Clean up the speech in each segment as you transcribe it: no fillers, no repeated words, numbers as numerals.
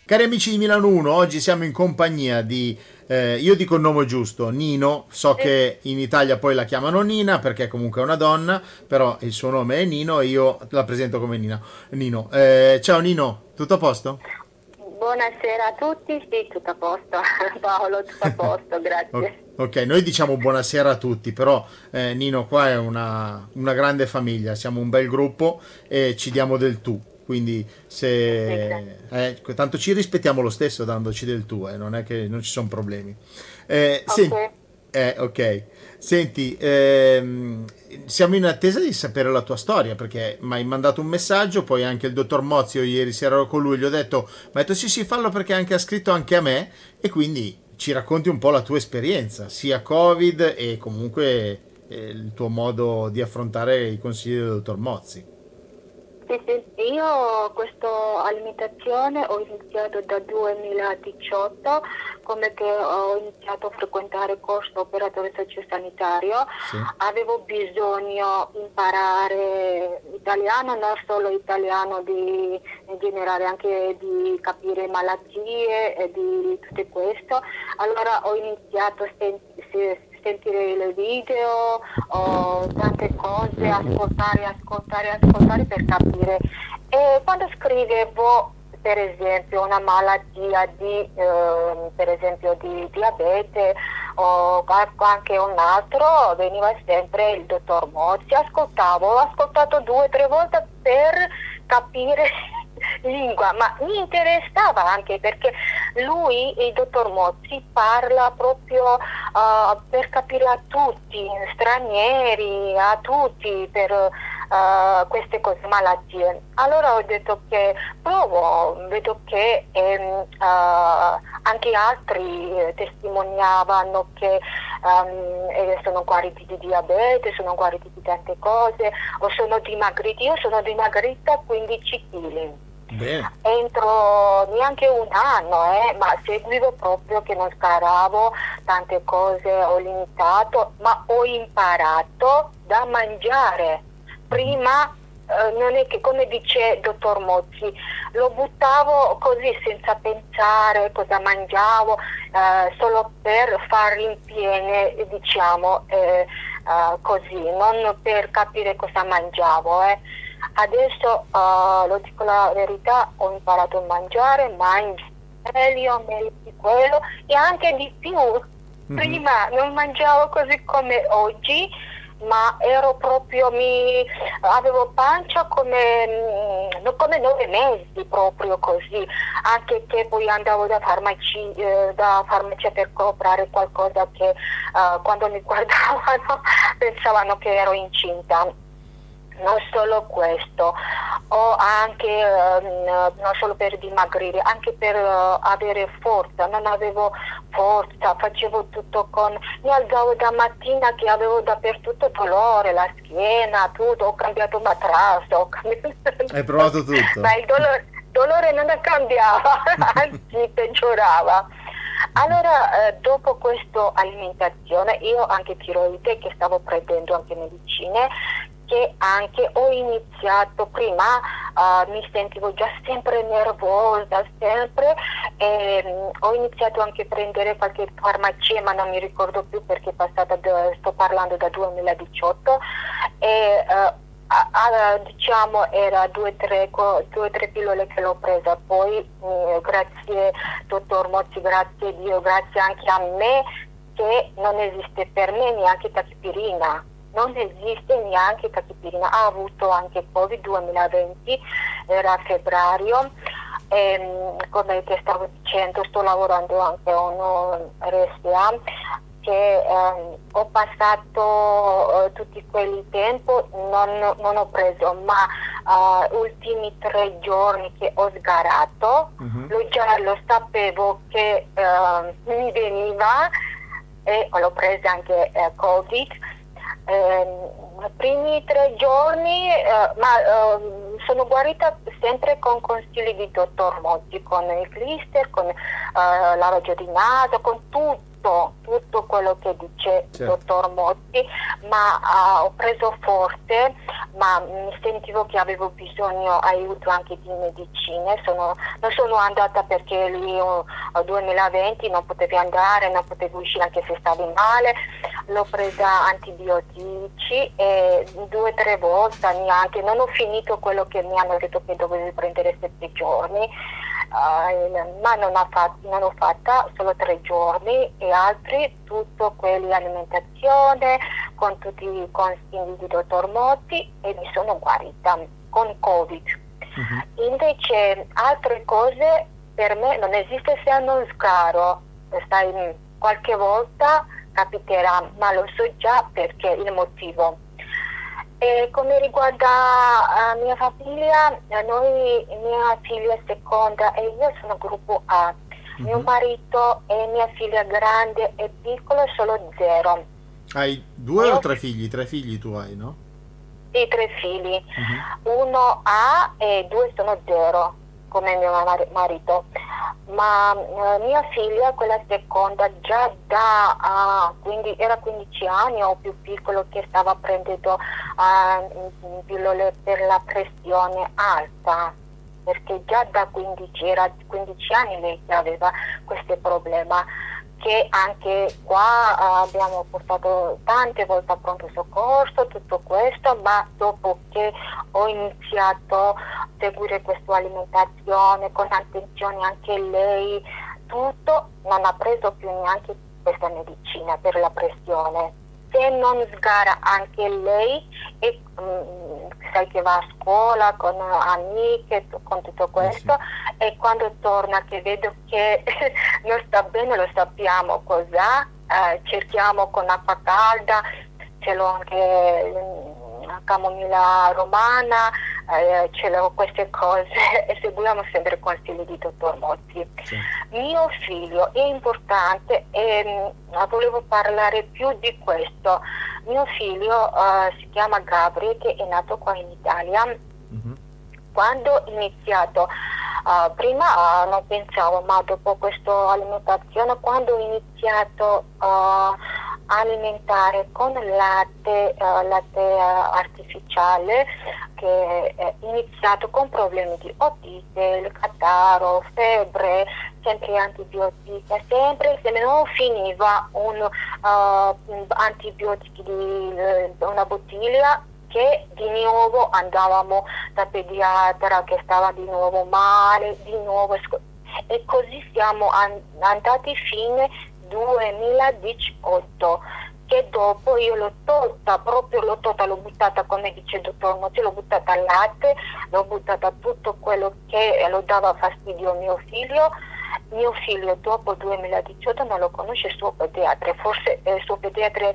Cari amici di Milano 1, oggi siamo in compagnia di, io dico il nome giusto, Nino, so Sì, che in Italia poi la chiamano Nina perché comunque è una donna, però il suo nome è Nino e io la presento come Nina. Nino, ciao Nino, tutto a posto? buonasera a tutti, sì, tutto a posto. Paolo, tutto a posto, grazie. Ok, noi diciamo buonasera a tutti, però Nino qua è una grande famiglia, siamo un bel gruppo e ci diamo del tu, quindi Sì, se, tanto ci rispettiamo lo stesso dandoci del tu, non è che non ci sono problemi. ok. Ok, senti, siamo in attesa di sapere la tua storia perché mi hai mandato un messaggio, poi anche il dottor Mozio ieri sera ero con lui, gli ho detto, ma ha detto sì sì fallo perché anche ha scritto anche a me e quindi ci racconti un po' la tua esperienza, sia Covid e comunque il tuo modo di affrontare i consigli del dottor Mozzi. Sì, sì, io questa alimentazione ho iniziato da 2018, come che ho iniziato a frequentare corso operatore sociosanitario. Sì. Avevo bisogno di imparare italiano, non solo italiano in generale, anche di capire malattie e di tutto questo. Allora ho iniziato a sentire le video, o tante cose, ascoltare per capire. E quando scrivevo, per esempio, una malattia per esempio di diabete o anche un altro, veniva sempre il dottor Mozzi. Ho ascoltato 2 o 3 volte per capire lingua, ma mi interessava anche perché lui, il dottor Mozzi, parla proprio per capire a tutti, stranieri, a tutti, per queste cose, malattie. Allora ho detto che provo, vedo che anche altri testimoniavano che sono guariti di diabete, sono guariti di tante cose, o sono dimagriti. Io sono dimagrita 15 kg Bene. entro neanche un anno, ma seguivo proprio che non scaravo tante cose, ho limitato, ma ho imparato da mangiare. Prima non è che, come dice il dottor Mozzi, lo buttavo così senza pensare cosa mangiavo, solo per far rimpiene, diciamo, così, non per capire cosa mangiavo. Adesso, lo dico la verità, ho imparato a mangiare, mangio meglio di quello e anche di più. Mhm. Prima non mangiavo così come oggi, ma ero proprio, avevo pancia come 9 mesi, proprio così, anche che poi andavo da farmacia per comprare qualcosa che quando mi guardavano pensavano che ero incinta. Non solo questo, ho anche, non solo per dimagrire, anche per avere forza. Non avevo forza, facevo tutto mi alzavo da mattina che avevo dappertutto dolore, la schiena, tutto, ho cambiato materasso, Hai provato tutto? ma il dolore non cambiava, anzi peggiorava. Allora, dopo questa alimentazione, io anche tiroide, che stavo prendendo anche medicine, che anche ho iniziato prima, mi sentivo già sempre nervosa, sempre, e ho iniziato anche a prendere qualche farmacia, ma non mi ricordo più perché è passata, sto parlando da 2018, e diciamo era 2 o 3 pillole che l'ho presa, poi grazie dottor Mozzi, grazie a Dio, grazie anche a me, che non esiste per me neanche tachipirina, non esiste neanche tachipirina. Ha avuto anche Covid 2020, era a febbraio, come ti stavo dicendo sto lavorando anche a uno RSA, che ho passato tutti quelli tempo, non ho preso, ma ultimi 3 giorni che ho sgarato, Mhm. già lo sapevo che mi veniva, e l'ho presa anche Covid. I primi 3 giorni, ma sono guarita sempre con consigli di dottor Mozzi, con il clister, con lavaggio di naso, con tutto. tutto quello che dice il Certo. dottor Motti, ma ho preso forte, ma mi sentivo che avevo bisogno aiuto anche di medicine. Non sono andata perché lì nel 2020 non potevi andare, non potevi uscire anche se stavi male. L'ho presa antibiotici e 2 o 3 volte neanche, non ho finito quello che mi hanno detto che dovevo prendere 7 giorni. Ma non ho fatta solo 3 giorni, e altri tutto quelli alimentazione con tutti i consigli di dottor Motti, e mi sono guarita con Covid. Mhm. Invece altre cose per me non esiste se non scaro, sai, qualche volta capiterà, ma lo so già perché il motivo. E come riguarda mia famiglia, mia figlia seconda e io sono gruppo A. Mio Mhm. marito e mia figlia grande e piccola sono 0. Hai 2 o Mio 3 figli? 3 figli tu hai, no? Sì, 3 figli. Mhm. 1 A e 2 sono 0, come mio marito. Ma mia figlia, quella seconda, già quindi era 15 anni o più piccolo, che stava prendendo pillole per la pressione alta, perché già da 15 anni lei che aveva questo problema, che anche qua abbiamo portato tante volte a pronto soccorso, tutto questo, ma dopo che ho iniziato a seguire questa alimentazione con attenzione anche lei, tutto, non ha preso più neanche questa medicina per la pressione. Se non sgara anche lei, e sai che va a scuola con amiche, con tutto questo, e quando torna che vedo che non sta bene, lo sappiamo cos'ha, cerchiamo con acqua calda, ce l'ho anche camomilla romana, ce l'ho queste cose e seguiamo sempre i consigli di dottor Motti. Sì. Mio figlio è importante e volevo parlare più di questo. Mio figlio si chiama Gabri, che è nato qua in Italia. Mhm. Quando ho iniziato, prima non pensavo, ma dopo questa alimentazione, quando ho iniziato a alimentare con latte artificiale, che è iniziato con problemi di otite, il catarro, febbre, sempre antibiotici, sempre se non finiva un antibiotici di una bottiglia, che di nuovo andavamo da pediatra che stava di nuovo male, di nuovo, e così siamo andati fino 2018, che dopo io l'ho tolta, l'ho buttata, come dice il dottor Motti, l'ho buttata al latte, l'ho buttata tutto quello che lo dava fastidio a mio figlio. Mio figlio dopo 2018 non lo conosce il suo pediatra, forse il suo pediatra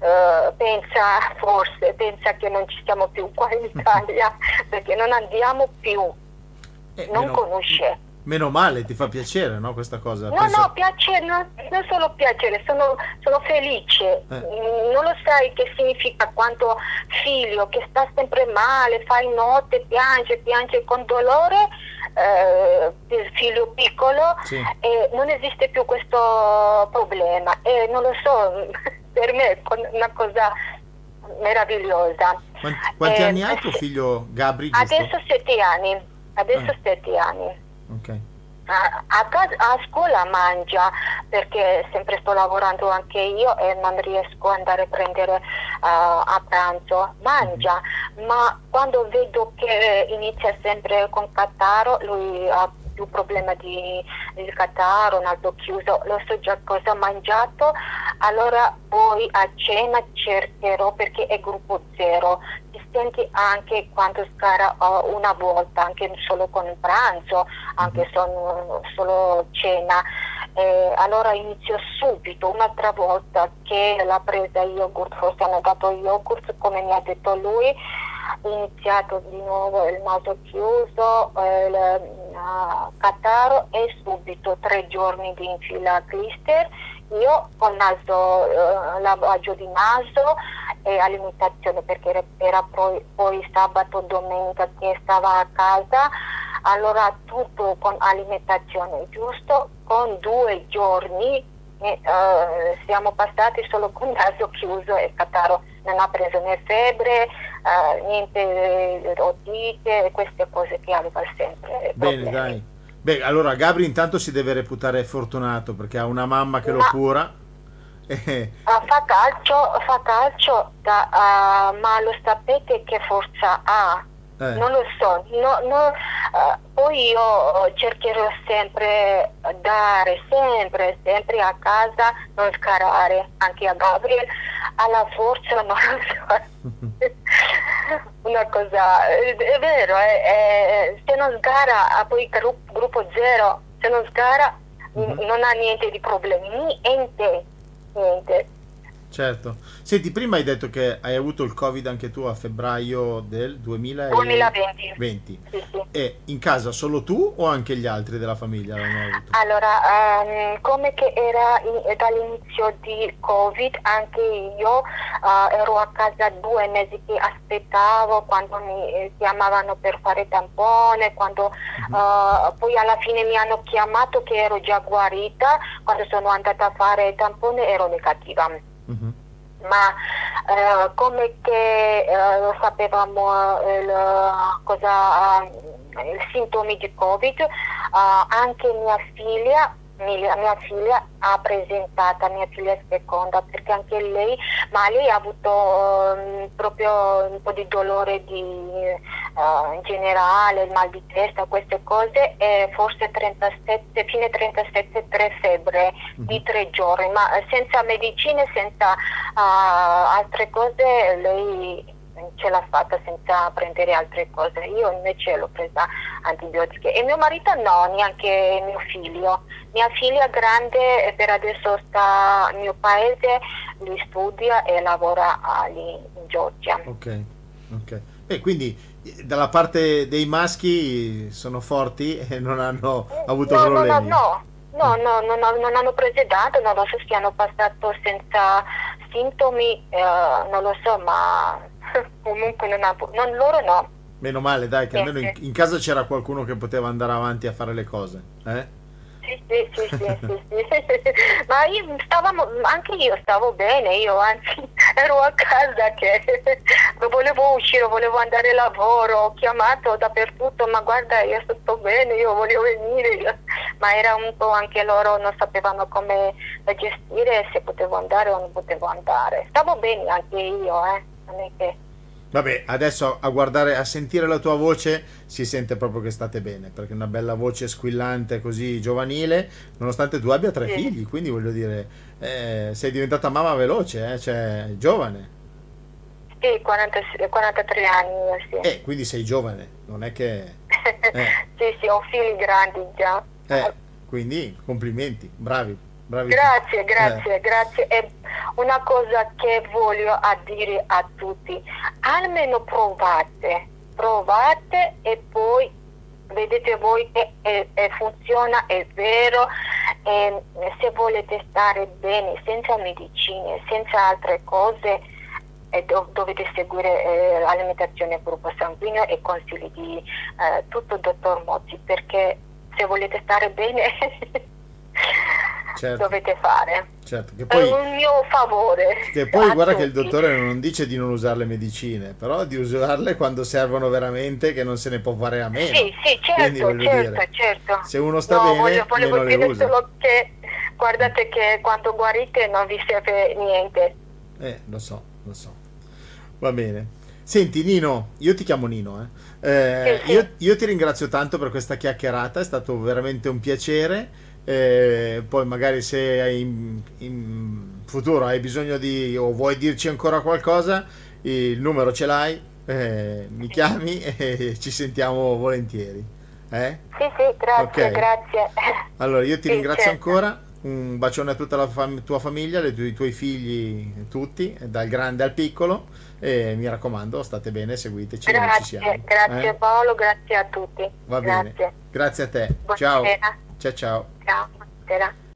pensa che non ci siamo più qua in Italia, perché non andiamo più, non conosce. Meno male, ti fa piacere, no, questa cosa? No, piacere, non solo piacere, sono felice. Non lo sai che significa quando figlio che sta sempre male, fa in notte, piange con dolore, il figlio piccolo, Sì. e non esiste più questo problema. E non lo so, per me è una cosa meravigliosa. Quanti anni ha tuo figlio Gabri, giusto? Adesso 7 anni. Adesso 7 anni. Ok. A scuola mangia, perché sempre sto lavorando anche io e non riesco ad andare a prendere a pranzo. Mangia, ma quando vedo che inizia sempre con catarro, lui ha più problema di catarro, naso chiuso, lo so già cosa ha mangiato, allora poi a cena cercherò, perché è gruppo 0, ti senti anche quando scara una volta, anche solo con il pranzo, anche solo cena. Allora inizio subito, un'altra volta che l'ha presa yogurt, forse hanno dato yogurt come mi ha detto lui, ho iniziato di nuovo il naso chiuso, il catarro, e subito 3 giorni di infila clister, io con lavaggio di naso e alimentazione, perché era poi sabato domenica che stava a casa, allora tutto con alimentazione giusto, con 2 giorni siamo passati solo con il naso chiuso e Cataro non ha preso né febbre, niente otite, queste cose che aveva sempre. Bene, Problemi. dai. Beh, allora Gabri intanto si deve reputare fortunato perché ha una mamma che lo Ma cura. Eh, fa calcio ma lo sapete che forza ha? eh, Non lo so, poi io cercherò sempre dare, sempre a casa, non scarare, anche a Gabriel, alla forza, non lo so. Una cosa, è vero, se non sgara, poi gruppo zero, se non sgara non ha niente di problemi, niente, niente. certo. Senti, prima hai detto che hai avuto il Covid anche tu a febbraio del 2020, 2020. sì, sì. E in casa solo tu o anche gli altri della famiglia l'hanno avuto? Allora, come che era dall'inizio di Covid, anche io ero a casa 2 mesi che aspettavo quando mi chiamavano per fare tampone, quando poi alla fine mi hanno chiamato che ero già guarita, quando sono andata a fare tampone ero negativa. Mhm. Ma come che sapevamo i sintomi di Covid, anche mia figlia ha presentato, mia figlia seconda, perché anche lei, ma lei ha avuto proprio un po' di dolore in generale, il mal di testa, queste cose, e forse 37, fine 37, 3 febbre di 3 giorni, ma senza medicine, senza altre cose, lei ce l'ha fatta senza prendere altre cose. Io invece l'ho presa antibiotiche e mio marito no, neanche mio figlio. Mia figlia grande per adesso sta nel mio paese, lui studia e lavora lì in Georgia. Ok, ok. E quindi dalla parte dei maschi sono forti e non hanno avuto problemi. Non hanno preso dato, non lo so se hanno passato senza sintomi, non lo so, ma comunque loro no. Meno male, dai, che almeno Niente. in casa c'era qualcuno che poteva andare avanti a fare le cose. Sì. Ma anche io stavo bene, io anzi ero a casa che volevo uscire, volevo andare a lavoro, ho chiamato dappertutto, ma guarda io sto bene, io voglio venire, ma era un po' anche loro non sapevano come gestire, se potevo andare o non potevo andare. Stavo bene anche io, non è che... Vabbè, adesso a guardare, a sentire la tua voce si sente proprio che state bene, perché una bella voce squillante così giovanile, nonostante tu abbia 3 Sì. figli, quindi voglio dire, sei diventata mamma veloce, cioè giovane. Sì, 43 anni, sì. Quindi sei giovane, non è che... Sì, ho figli grandi già. quindi complimenti, bravi, bravi. Grazie. E una cosa che voglio dire a tutti, almeno provate e poi vedete voi che funziona, è vero, e se volete stare bene senza medicine, senza altre cose, dovete seguire l'alimentazione a gruppo sanguigno e consigli di tutto il dottor Mozzi, perché se volete stare bene Certo. dovete fare. Certo, che È poi, un mio favore. che poi a guarda che il tutti. dottore non dice di non usare le medicine, però di usarle quando servono veramente, che non se ne può fare a meno. Sì, Quindi certo, voglio dire, certo. se uno sta No, bene, volevo meno le dire usa. solo che guardate che quando guarite non vi serve niente. Lo so, lo so. Va bene. Senti Nino, io ti chiamo Nino, Sì. io ti ringrazio tanto per questa chiacchierata, è stato veramente un piacere. Poi magari se in futuro hai bisogno di o vuoi dirci ancora qualcosa, il numero ce l'hai, mi chiami e ci sentiamo volentieri. Sì, grazie, Ok. grazie. Allora io ti Sì, ringrazio certo. ancora, un bacione a tutta la tua famiglia, i tuoi figli, tutti, dal grande al piccolo, e mi raccomando, state bene, seguiteci, noi ci siamo. Grazie Paolo, grazie a tutti. Va bene, Grazie. grazie a te, ciao, Buonasera. ciao ciao. Ciao, buonasera.